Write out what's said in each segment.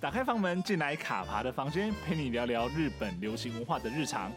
打开房门，进来卡爬的房间，陪你聊聊日本流行文化的日常。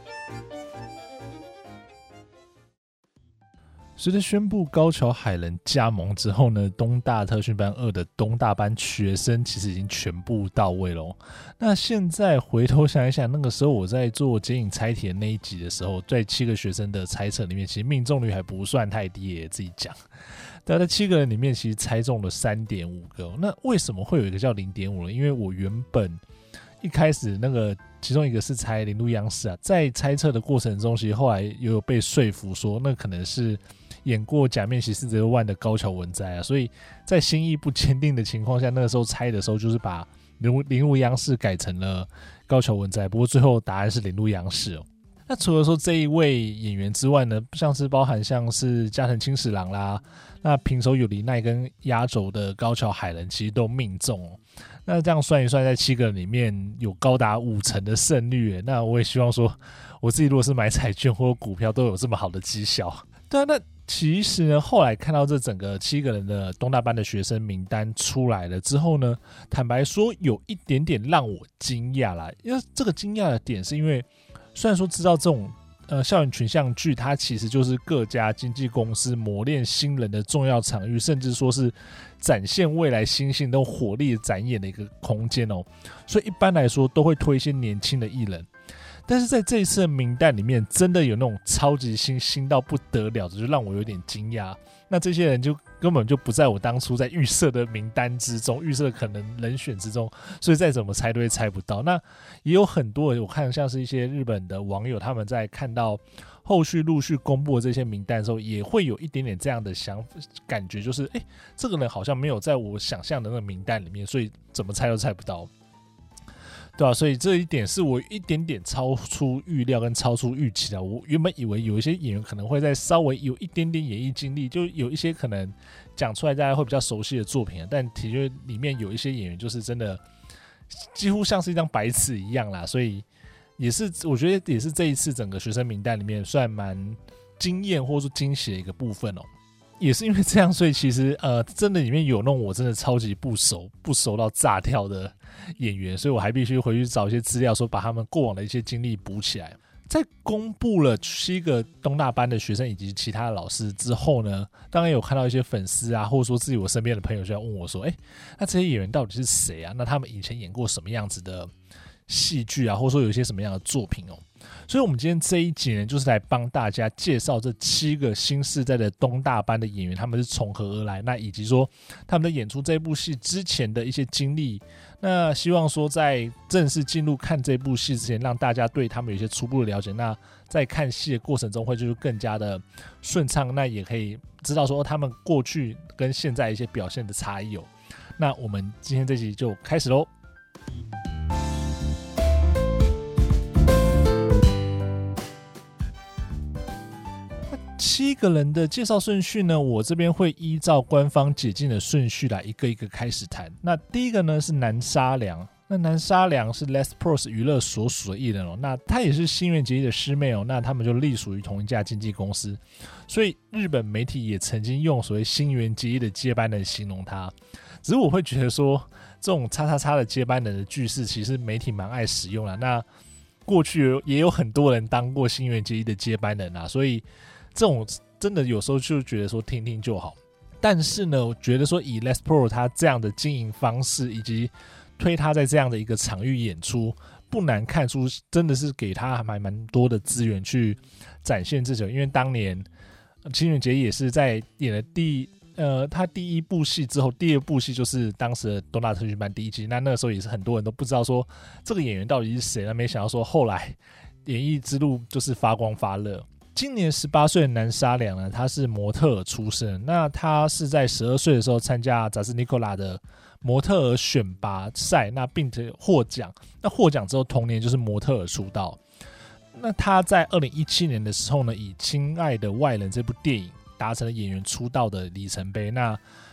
随着宣布高桥海人加盟之后呢，东大特训班2的东大班学生其实已经全部到位了。那现在回头想一想，那个时候我在做剪影猜题的那一集的时候，在7个学生的猜测里面，其实命中率还不算太低耶，自己讲。但在7个人里面，其实猜中了 3.5 个。那为什么会有一个叫 0.5 呢？因为我原本一开始那个其中一个是猜铃鹿央士啊，在猜测的过程中，其实后来也有被说服说，那可能是演过假面骑士001的高桥文哉啊，所以在心意不坚定的情况下，那个时候猜的时候就是把铃鹿央士改成了高桥文哉，不过最后答案是铃鹿央士哦。那除了说这一位演员之外呢，像是加藤清史郎啦，那平手友梨奈跟压轴的高桥海人其实都命中哦。那这样算一算，在7个人里面有高达50%的胜率耶，那我也希望说我自己如果是买彩券或股票都有这么好的绩效。对啊，那其实呢，后来看到这整个7个人的东大班的学生名单出来了之后呢，坦白说有一点点让我惊讶啦。因为这个惊讶的点是因为虽然说知道这种校园群像剧它其实就是各家经纪公司磨练新人的重要场域，甚至说是展现未来新星都火力展演的一个空间哦，所以一般来说都会推一些年轻的艺人。但是在这一次的名单里面，真的有那种超级新到不得了的，就让我有点惊讶。那这些人就根本就不在我当初在预设的名单之中，预设可能人选之中，所以再怎么猜都会猜不到。那也有很多人，我看像是一些日本的网友，他们在看到后续陆续公布的这些名单的时候，也会有一点点这样的感觉，就是这个人好像没有在我想象的那个名单里面，所以怎么猜都猜不到。对啊，所以这一点是我一点点超出预料跟超出预期的。我原本以为有一些演员可能会在稍微有一点点演艺经历，就有一些可能讲出来大家会比较熟悉的作品，但的确里面有一些演员就是真的几乎像是一张白纸一样啦，所以也是我觉得也是这一次整个学生名单里面算蛮惊艳或者说惊喜的一个部分哦。也是因为这样，所以其实真的里面有那种我真的超级不熟到炸跳的演员，所以我还必须回去找一些资料，说把他们过往的一些经历补起来。在公布了7个东大班的学生以及其他的老师之后呢，当然有看到一些粉丝啊，或者说自己我身边的朋友就在问我说，那这些演员到底是谁啊？那他们以前演过什么样子的戏剧啊，或者说有一些什么样的作品哦？所以我们今天这一集呢，就是来帮大家介绍这7个新世代的东大班的演员，他们是从何而来，那以及说他们在演出这部戏之前的一些经历。那希望说在正式进入看这部戏之前，让大家对他们有一些初步的了解，那在看戏的过程中会就是更加的顺畅，那也可以知道说他们过去跟现在一些表现的差异哦。那我们今天这集就开始咯。7个人的介绍顺序呢，我这边会依照官方解禁的顺序来一个一个开始谈。那第一个呢是南沙良，那南沙良是 Les Pros 娱乐所属的艺人哦，那他也是新垣结衣的师妹哦，那他们就隶属于同一家经纪公司，所以日本媒体也曾经用所谓新垣结衣的接班人形容他。只是我会觉得说，这种叉叉叉的接班人的句式，其实媒体蛮爱使用啦。那过去也有很多人当过新垣结衣的接班人啊，所以这种真的有时候就觉得说听听就好。但是呢，我觉得说以 Les Pro 他这样的经营方式，以及推他在这样的一个场域演出，不难看出真的是给他还蛮多的资源去展现自己。因为当年新垣结衣也是在演了他第一部戏之后，第二部戏就是当时的东大特训班第1季，那个时候也是很多人都不知道说这个演员到底是谁，那没想到说后来演艺之路就是发光发热。今年18岁的南沙良呢，他是模特儿出身，那他是在12岁的时候参加杂志 Nicola 的模特儿选拔赛，那并且获奖。那获奖之后，同年就是模特儿出道。那他在2017年的时候呢，以《亲爱的外人》这部电影达成了演员出道的里程碑。那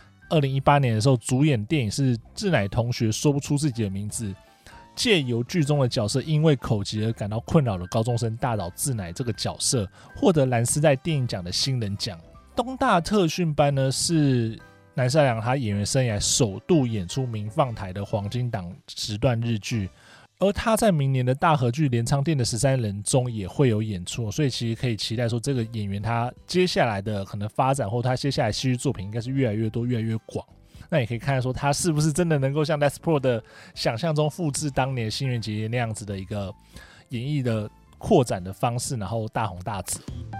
2018年的时候，主演电影是志乃同学说不出自己的名字，借由剧中的角色因为口疾而感到困扰的高中生大岛智乃这个角色，获得蓝丝带电影奖的新人奖。东大特训班呢是南沙良他演员生涯首度演出民放台的黄金档时段日剧，而他在明年的大河剧《镰仓店的13人》中也会有演出，所以其实可以期待说这个演员他接下来的可能发展，或他接下来戏剧作品应该是越来越多越来越广。那也可以看说他是不是真的能够像 Let's Pro 的想象中复制当年新垣结衣那样子的一个演绎的扩展的方式，然后大红大紫。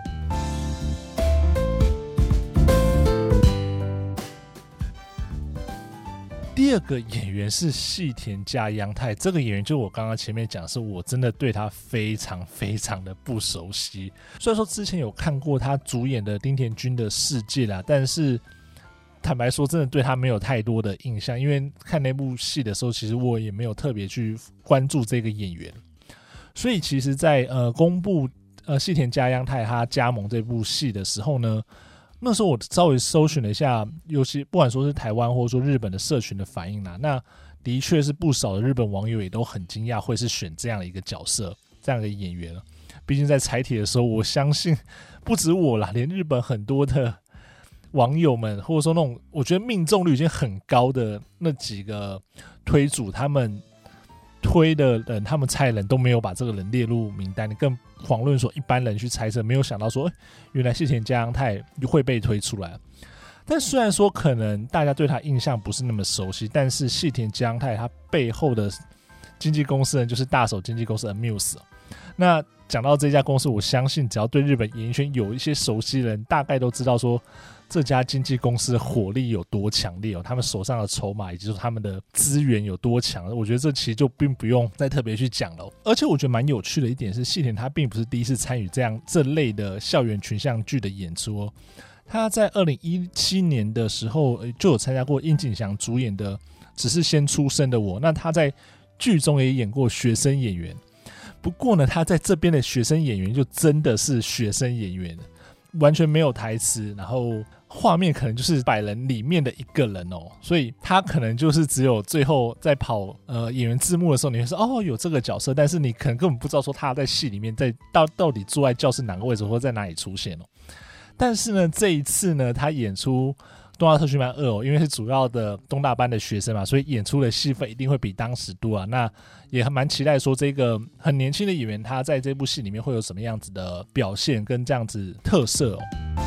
第二个演员是细田家央太，这个演员就我刚刚前面讲，是我真的对他非常非常的不熟悉。虽然说之前有看过他主演的町田君的世界啦，但是坦白说真的对他没有太多的印象，因为看那部戏的时候其实我也没有特别去关注这个演员。所以其实在公布细田家央太他加盟这部戏的时候呢，那时候我稍微搜寻了一下，尤其不管说是台湾或者说日本的社群的反应啦，那的确是不少的日本网友也都很惊讶会是选这样的一个角色，这样的演员。毕竟在采帖的时候，我相信不止我啦，连日本很多的网友们，或者说那种我觉得命中率已经很高的那几个推主，他们推的人，他们猜人都没有把这个人列入名单，更遑论说一般人去猜测，没有想到说原来细田家央太会被推出来。但虽然说可能大家对他印象不是那么熟悉，但是细田家央太他背后的经纪公司人就是大手经纪公司 Amuse。 那讲到这家公司，我相信只要对日本演艺圈有一些熟悉的人，大概都知道说这家经纪公司的火力有多强烈，他们手上的筹码以及说他们的资源有多强，我觉得这其实就并不用再特别去讲了。而且我觉得蛮有趣的一点是，细田他并不是第一次参与这类的校园群像剧的演出他在2017年的时候就有参加过樱井翔主演的《只是先出生的我》，那他在剧中也演过学生演员。不过呢，他在这边的学生演员就真的是学生演员，完全没有台词，然后画面可能就是100人里面的一个人所以他可能就是只有最后在跑演员字幕的时候，你会说有这个角色，但是你可能根本不知道说他在戏里面到底坐在教室哪个位置或在哪里出现但是呢，这一次呢，他演出东大特训班2因为是主要的东大班的学生嘛，所以演出的戏份一定会比当时多啊。那也蛮期待说这个很年轻的演员他在这部戏里面会有什么样子的表现跟这样子特色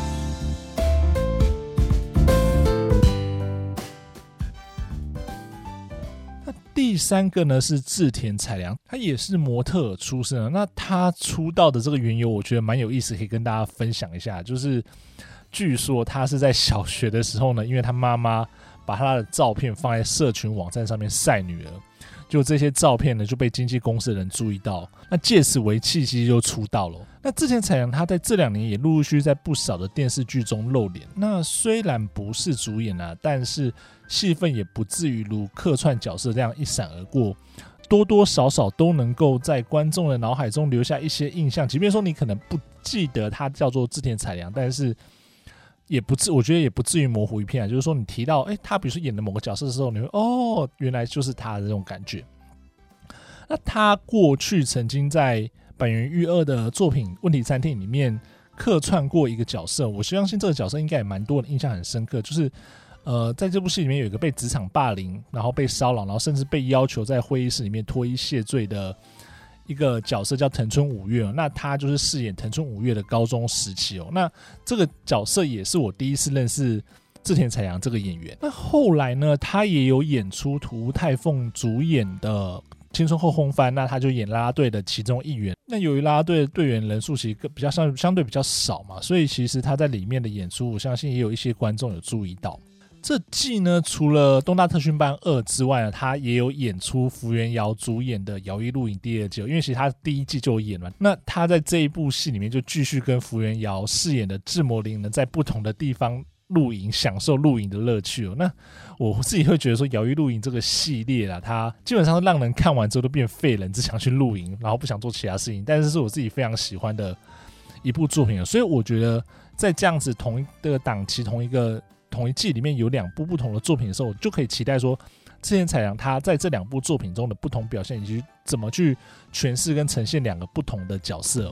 那第3个呢是志田彩良，他也是模特儿出身的。那他出道的这个缘由我觉得蛮有意思，可以跟大家分享一下。就是据说他是在小学的时候呢，因为他妈妈把他的照片放在社群网站上面晒女儿，就这些照片呢就被经纪公司的人注意到，那借此为契机就出道了。那志田彩良他在这2年也陆续在不少的电视剧中露脸，那虽然不是主演但是戏份也不至于如客串角色这样一闪而过，多多少少都能够在观众的脑海中留下一些印象，即便说你可能不记得他叫做志田彩良，但是我觉得也不至于模糊一片就是说你提到他比如说演的某个角色的时候，你会原来就是他的这种感觉。那他过去曾经在坂元裕二的作品《问题餐厅》里面客串过一个角色，我相信这个角色应该也蛮多人印象很深刻，就是在这部戏里面有一个被职场霸凌，然后被骚扰，然后甚至被要求在会议室里面脱衣谢罪的一个角色叫藤村五月那他就是饰演藤村五月的高中时期那这个角色也是我第一次认识志田彩良这个演员。那后来呢，他也有演出土屋太凤主演的青春后空翻，那他就演啦啦队的其中一员。那由于啦啦队的队员人数其实比较相对比较少嘛，所以其实他在里面的演出我相信也有一些观众有注意到。这季呢，除了东大特训班2之外呢，他也有演出福原遥主演的《摇曳露营》第2季因为其实他第1季就有演了。那他在这一部戏里面就继续跟福原遥饰演的志摩林呢，在不同的地方露营，享受露营的乐趣那我自己会觉得说，《摇曳露营》这个系列啦，它基本上让人看完之后都变废人，只想去露营，然后不想做其他事情。但是是我自己非常喜欢的一部作品所以我觉得在这样子同一个档期、同一季里面有2部不同的作品的时候，我就可以期待说志田彩良他在这2部作品中的不同表现，以及怎么去诠释跟呈现2个不同的角色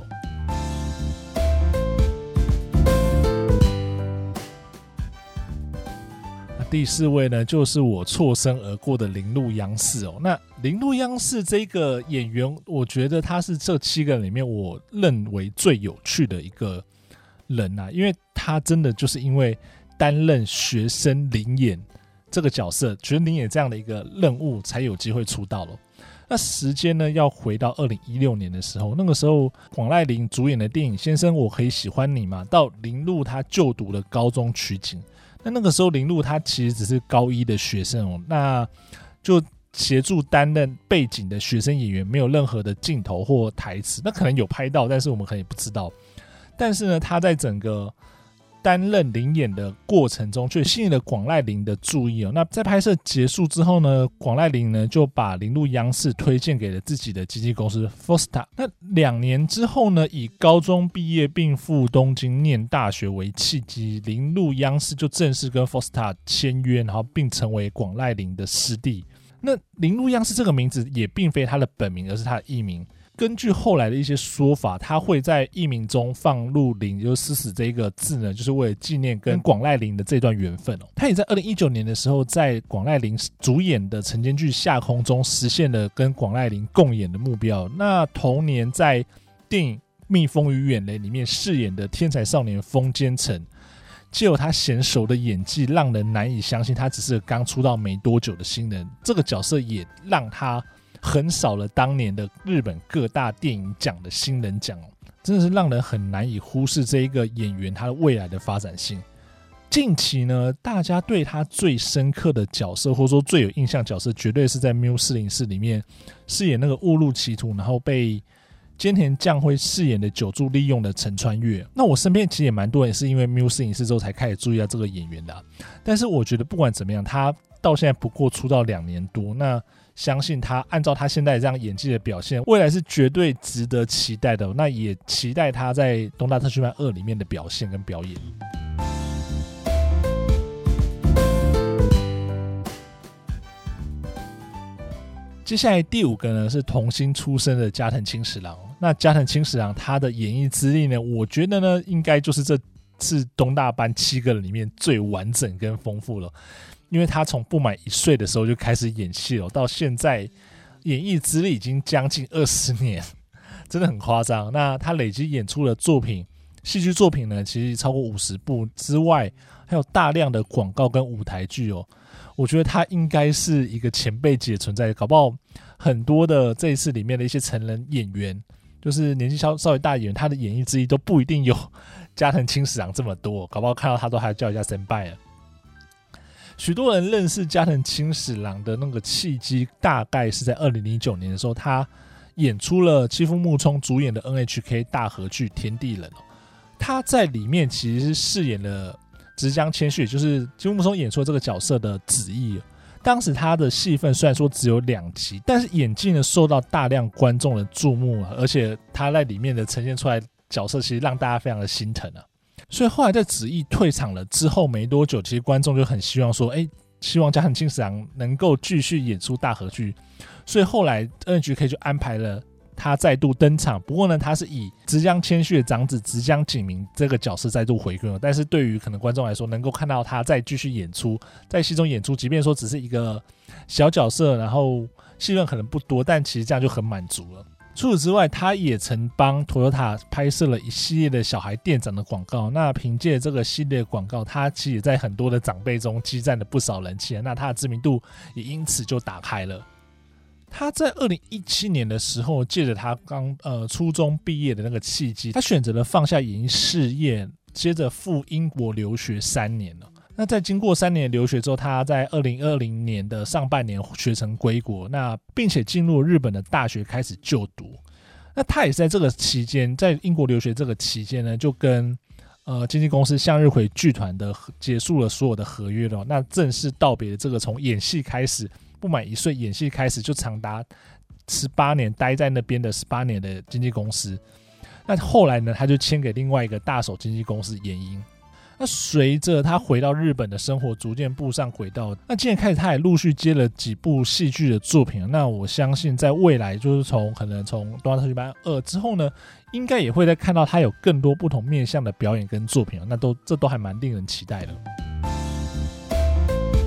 第4位呢，就是我错身而过的铃鹿央士哦。那铃鹿央士这个演员，我觉得他是这7个人里面我认为最有趣的一个人啊，因为他真的就是因为担任学生灵演这个角色，学生灵演这样的一个任务，才有机会出道了。那时间呢，要回到2016年的时候，那个时候广濑铃主演的电影《先生我可以喜欢你吗》到铃鹿他就读的高中取景。那个时候铃鹿他其实只是高1的学生哦，那就协助担任背景的学生演员，没有任何的镜头或台词，那可能有拍到，但是我们可能也不知道。但是呢，他在整个担任灵演的过程中，却吸引了广濑铃的注意哦。那在拍摄结束之后呢，广濑铃呢就把铃鹿央士推荐给了自己的经纪公司 Foster。那2年之后呢，以高中毕业并赴东京念大学为契机，铃鹿央士就正式跟 Foster 签约，然后并成为广濑铃的师弟。那铃鹿央士这个名字也并非他的本名，而是他的艺名。根据后来的一些说法，他会在艺名中放入铃，就是死死这一个字呢，就是为了纪念跟广濑铃的这段缘分哦。他也在2019年的时候，在广濑铃主演的晨间剧《下空》中实现了跟广濑铃共演的目标。那同年在电影《蜜蜂与远雷》里面饰演的天才少年风间诚，藉由他娴熟的演技，让人难以相信他只是刚出道没多久的新人。这个角色也让他横扫了当年的日本各大电影奖的新人奖哦，真的是让人很难以忽视这一个演员他的未来的发展性。近期呢，大家对他最深刻的角色，或者说最有印象角色，绝对是在《MIU404》里面饰演那个误入歧途，然后被菅田将晖饰演的久住利用的陈川月。那我身边其实也蛮多人是因为《MIU404》之后才开始注意到这个演员的但是我觉得不管怎么样，他到现在不过出道2年多，那相信他按照他现在这样演技的表现，未来是绝对值得期待的。那也期待他在《东大特训班2》里面的表现跟表演。接下来第5个呢，是童星出身的加藤清史郎。那加藤清史郎他的演艺资历呢，我觉得呢，应该就是这次东大班7个人里面最完整跟丰富了。因为他从不满1岁的时候就开始演戏了，到现在演艺资历已经将近20年，真的很夸张。那他累积演出的作品，戏剧作品呢，其实超过50部之外，还有大量的广告跟舞台剧哦。我觉得他应该是一个前辈级的存在，搞不好很多的这一次里面的一些成人演员，就是年纪稍微大演员，他的演艺资历都不一定有加藤清史郎这么多，搞不好看到他都还叫一下先輩了。许多人认识加藤清史郎的那个契机，大概是在2009年的时候，他演出了妻夫木聪主演的 NHK 大河剧《天地人》他在里面其实是饰演了直江千绪，就是妻夫木聪演出的这个角色的子义。当时他的戏份虽然说只有2集，但是演技呢受到大量观众的注目，而且他在里面的呈现出来角色，其实让大家非常的心疼所以后来在子义退场了之后没多久，其实观众就很希望说，希望加藤清史郎能够继续演出大河剧，所以后来 NHK 就安排了他再度登场。不过呢，他是以直江千绪的长子直江景明这个角色再度回归但是对于可能观众来说，能够看到他再继续演出，在戏中演出，即便说只是一个小角色，然后戏份可能不多，但其实这样就很满足了。除此之外，他也曾帮 Toyota 拍摄了一系列的小孩店长的广告。那凭借这个系列的广告，他其实也在很多的长辈中积攒了不少人气那他的知名度也因此就打开了。他在2017年的时候，借着他刚初中毕业的那个契机，他选择了放下演艺事业，接着赴英国留学3年了。那在经过3年的留学之后，他在2020年的上半年学成归国，那并且进入日本的大学开始就读。那他也是在这个期间，在英国留学这个期间呢，就跟经纪公司向日葵剧团的结束了所有的合约了。那正式道别这个从演戏开始，不满1岁演戏开始就长达18年待在那边的18年的经纪公司。那后来呢，他就签给另外一个大手经纪公司研英。那随着他回到日本的生活逐渐步上轨道，那今年开始他也陆续接了几部戏剧的作品。那我相信在未来就是可能从《东大特训班2》之后呢，应该也会再看到他有更多不同面向的表演跟作品。那这都还蛮令人期待的。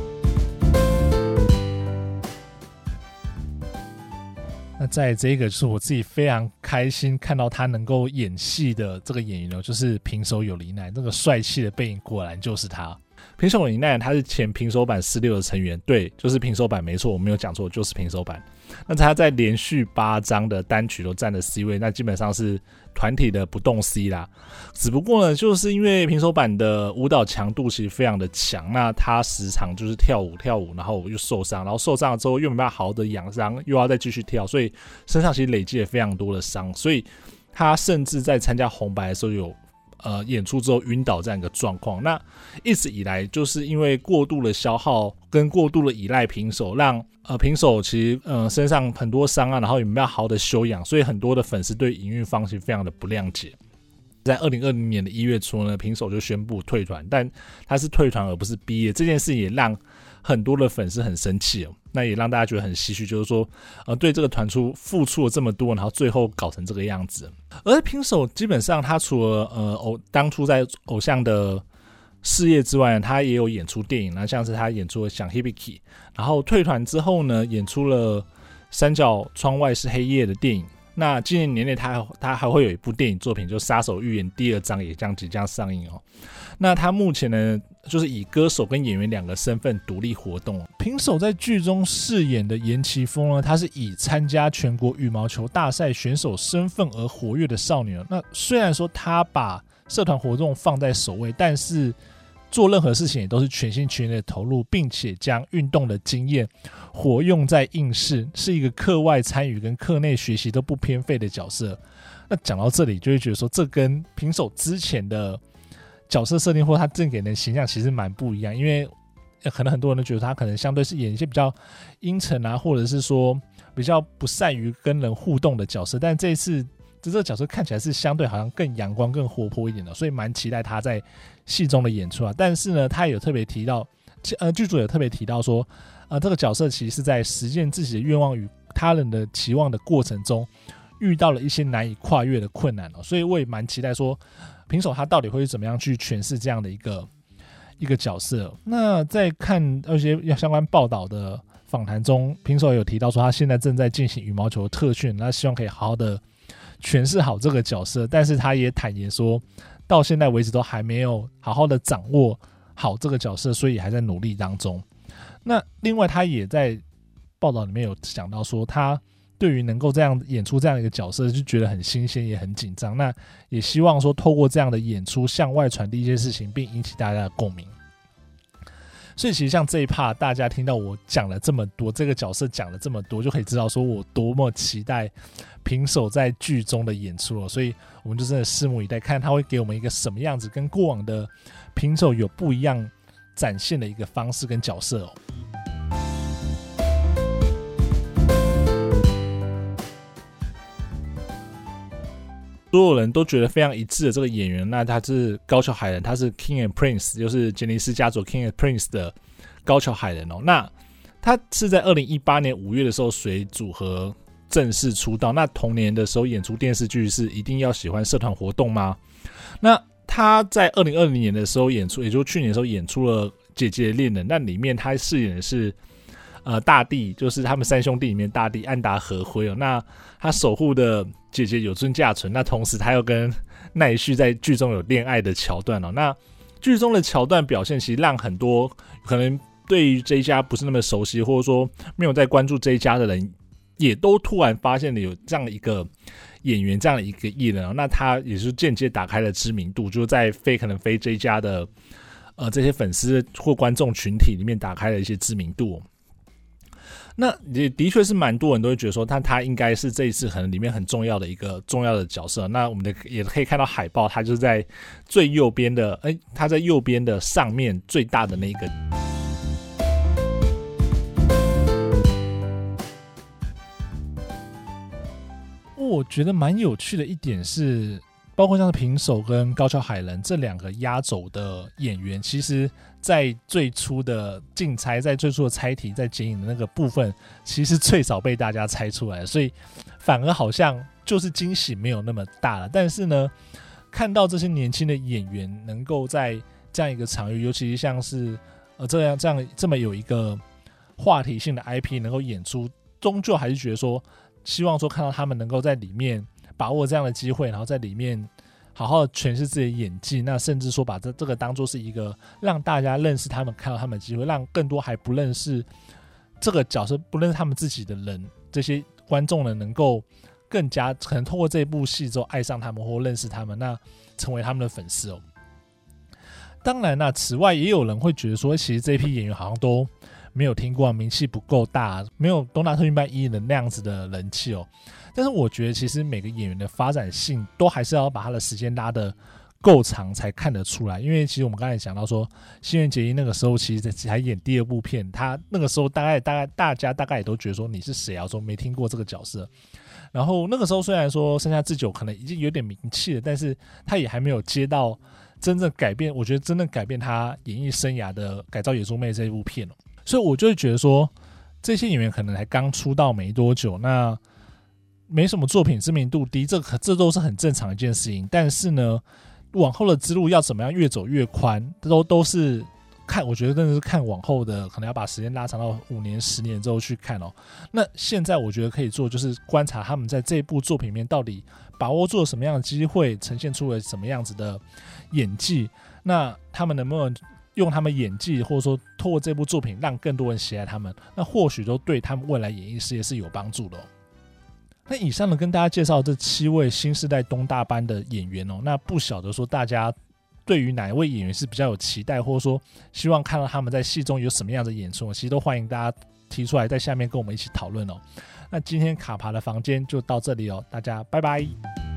在这个就是我自己非常开心看到他能够演戏的这个演员呢，就是平手友梨奈，这个帅气的背影果然就是他。平手友梨奈他是前平手版46的成员，对，就是平手版没错，我没有讲错，就是平手版。那他在连续8张的单曲都占了 C 位，那基本上是团体的不动 C 啦。只不过呢，就是因为平手版的舞蹈强度其实非常的强，那他时常就是跳舞，然后又受伤，然后受伤了之后又没办法好好的养伤，又要再继续跳，所以身上其实累积了非常多的伤，所以他甚至在参加红白的时候有演出之后晕倒这样一个状况。那一直以来就是因为过度的消耗跟过度的依赖平手，让平手其实身上很多伤啊，然后也没有好好的休养，所以很多的粉丝对营运方式非常的不谅解。在2020年的1月初呢，平手就宣布退团，但他是退团而不是毕业，这件事也让很多的粉丝很生气哦。那也让大家觉得很唏嘘，就是说对这个团出付出了这么多，然后最后搞成这个样子。而平手基本上他除了当初在偶像的事业之外，他也有演出电影，那像是他演出了像 Hibiki， 然后退团之后呢，演出了三角窗外是黑夜的电影。那今年年内他还会有一部电影作品，就《杀手预言》第2章也即将上映哦。那他目前呢，就是以歌手跟演员2个身份独立活动。平手在剧中饰演的岩崎丰呢，他是以参加全国羽毛球大赛选手身份而活跃的少女。那虽然说他把社团活动放在首位，但是做任何事情也都是全心全意的投入，并且将运动的经验活用在应试，是一个课外参与跟课内学习都不偏废的角色。那讲到这里就会觉得说，这跟平手之前的角色设定或他正给人的形象其实蛮不一样，因为可能很多人都觉得他可能相对是演一些比较阴沉啊，或者是说比较不善于跟人互动的角色，但这一次这个角色看起来是相对好像更阳光更活泼一点的，所以蛮期待他在戏中的演出啊。但是呢，他也有特别提到剧组也特别提到说这个角色其实是在实现自己的愿望与他人的期望的过程中遇到了一些难以跨越的困难，所以我也蛮期待说平手他到底会怎么样去诠释这样的一个角色。那在看一些相关报道的访谈中，平手有提到说他现在正在进行羽毛球的特训，那希望可以好好的诠释好这个角色，但是他也坦言说到现在为止都还没有好好的掌握好这个角色，所以还在努力当中。那另外他也在报道里面有讲到说，他对于能够这样演出这样一个角色就觉得很新鲜也很紧张，那也希望说透过这样的演出向外传递一些事情，并引起大家的共鸣。所以其实像这一 part 大家听到我讲了这么多，这个角色讲了这么多，就可以知道说我多么期待平手在剧中的演出了。所以我们就真的拭目以待，看他会给我们一个什么样子，跟过往的平手有不一样展现的一个方式跟角色哦。所有人都觉得非常一致的这个演员，那他是高桥海人，他是 King and Prince， 就是杰尼斯家族 King and Prince 的高桥海人哦。那他是在2018年5月的时候随组合正式出道，那同年的时候演出电视剧是一定要喜欢社团活动吗？那他在2020年的时候演出，也就是去年的时候演出了姐姐的恋人，那里面他饰演的是大弟，就是他们3兄弟里面大弟安达和辉哦。那他守护的姐姐有尊嫁纯，那同时他又跟奈绪在剧中有恋爱的桥段哦。那剧中的桥段表现其实让很多可能对于这一家不是那么熟悉，或者说没有在关注这一家的人，也都突然发现了有这样的一个演员，这样的一个艺人哦。那他也是间接打开了知名度，就在可能非这一家的这些粉丝或观众群体里面打开了一些知名度哦。那也的确是蛮多人都会觉得说他应该是这一次可能里面很重要的一个重要的角色。那我们也可以看到海报，他就是在最右边的，他在右边的上面最大的那个。我觉得蛮有趣的一点是，包括像是平手跟高桥海人这2个压轴的演员，其实在最初的竞猜，在最初的猜题，在剪影的那个部分，其实最少被大家猜出来，所以反而好像就是惊喜没有那么大了。但是呢，看到这些年轻的演员能够在这样一个场域，尤其是像是这么有一个话题性的 IP 能够演出，终究还是觉得说希望说看到他们能够在里面把握这样的机会，然后在里面好好的诠释自己的演技，那甚至说把这个当作是一个让大家认识他们、看到他们的机会，让更多还不认识这个角色、不认识他们自己的人，这些观众呢能够更加可能透过这部戏之后爱上他们或认识他们，那成为他们的粉丝哦。当然啦，此外也有人会觉得说，其实这一批演员好像都没有听过，名气不够大，没有东大特训班1的那样子的人气哦。但是我觉得，其实每个演员的发展性都还是要把他的时间拉得够长才看得出来。因为其实我们刚才讲到说，新垣结衣那个时候其实才演第2部片，他那个时候大家大概也都觉得说你是谁啊，说没听过这个角色。然后那个时候虽然说山下智久可能已经有点名气了，但是他也还没有接到真正改变，我觉得真正改变他演艺生涯的《改造野猪妹》这一部片哦。所以我就会觉得说，这些演员可能才刚出道没多久，那没什么作品，知名度低，这都是很正常的一件事情。但是呢，往后的之路要怎么样越走越宽，都是看，我觉得真的是看往后的，可能要把时间拉长到5年、10年之后去看哦。那现在我觉得可以做，就是观察他们在这部作品里面到底把握住了什么样的机会，呈现出了什么样子的演技，那他们能不能用他们演技，或者说透过这部作品让更多人喜爱他们，那或许都对他们未来演艺事业是有帮助的哦。那以上呢，跟大家介绍这7位新世代东大班的演员哦，那不晓得说大家对于哪一位演员是比较有期待，或者说希望看到他们在戏中有什么样的演出，其实都欢迎大家提出来在下面跟我们一起讨论哦。那今天卡爬的房间就到这里哦，大家拜拜。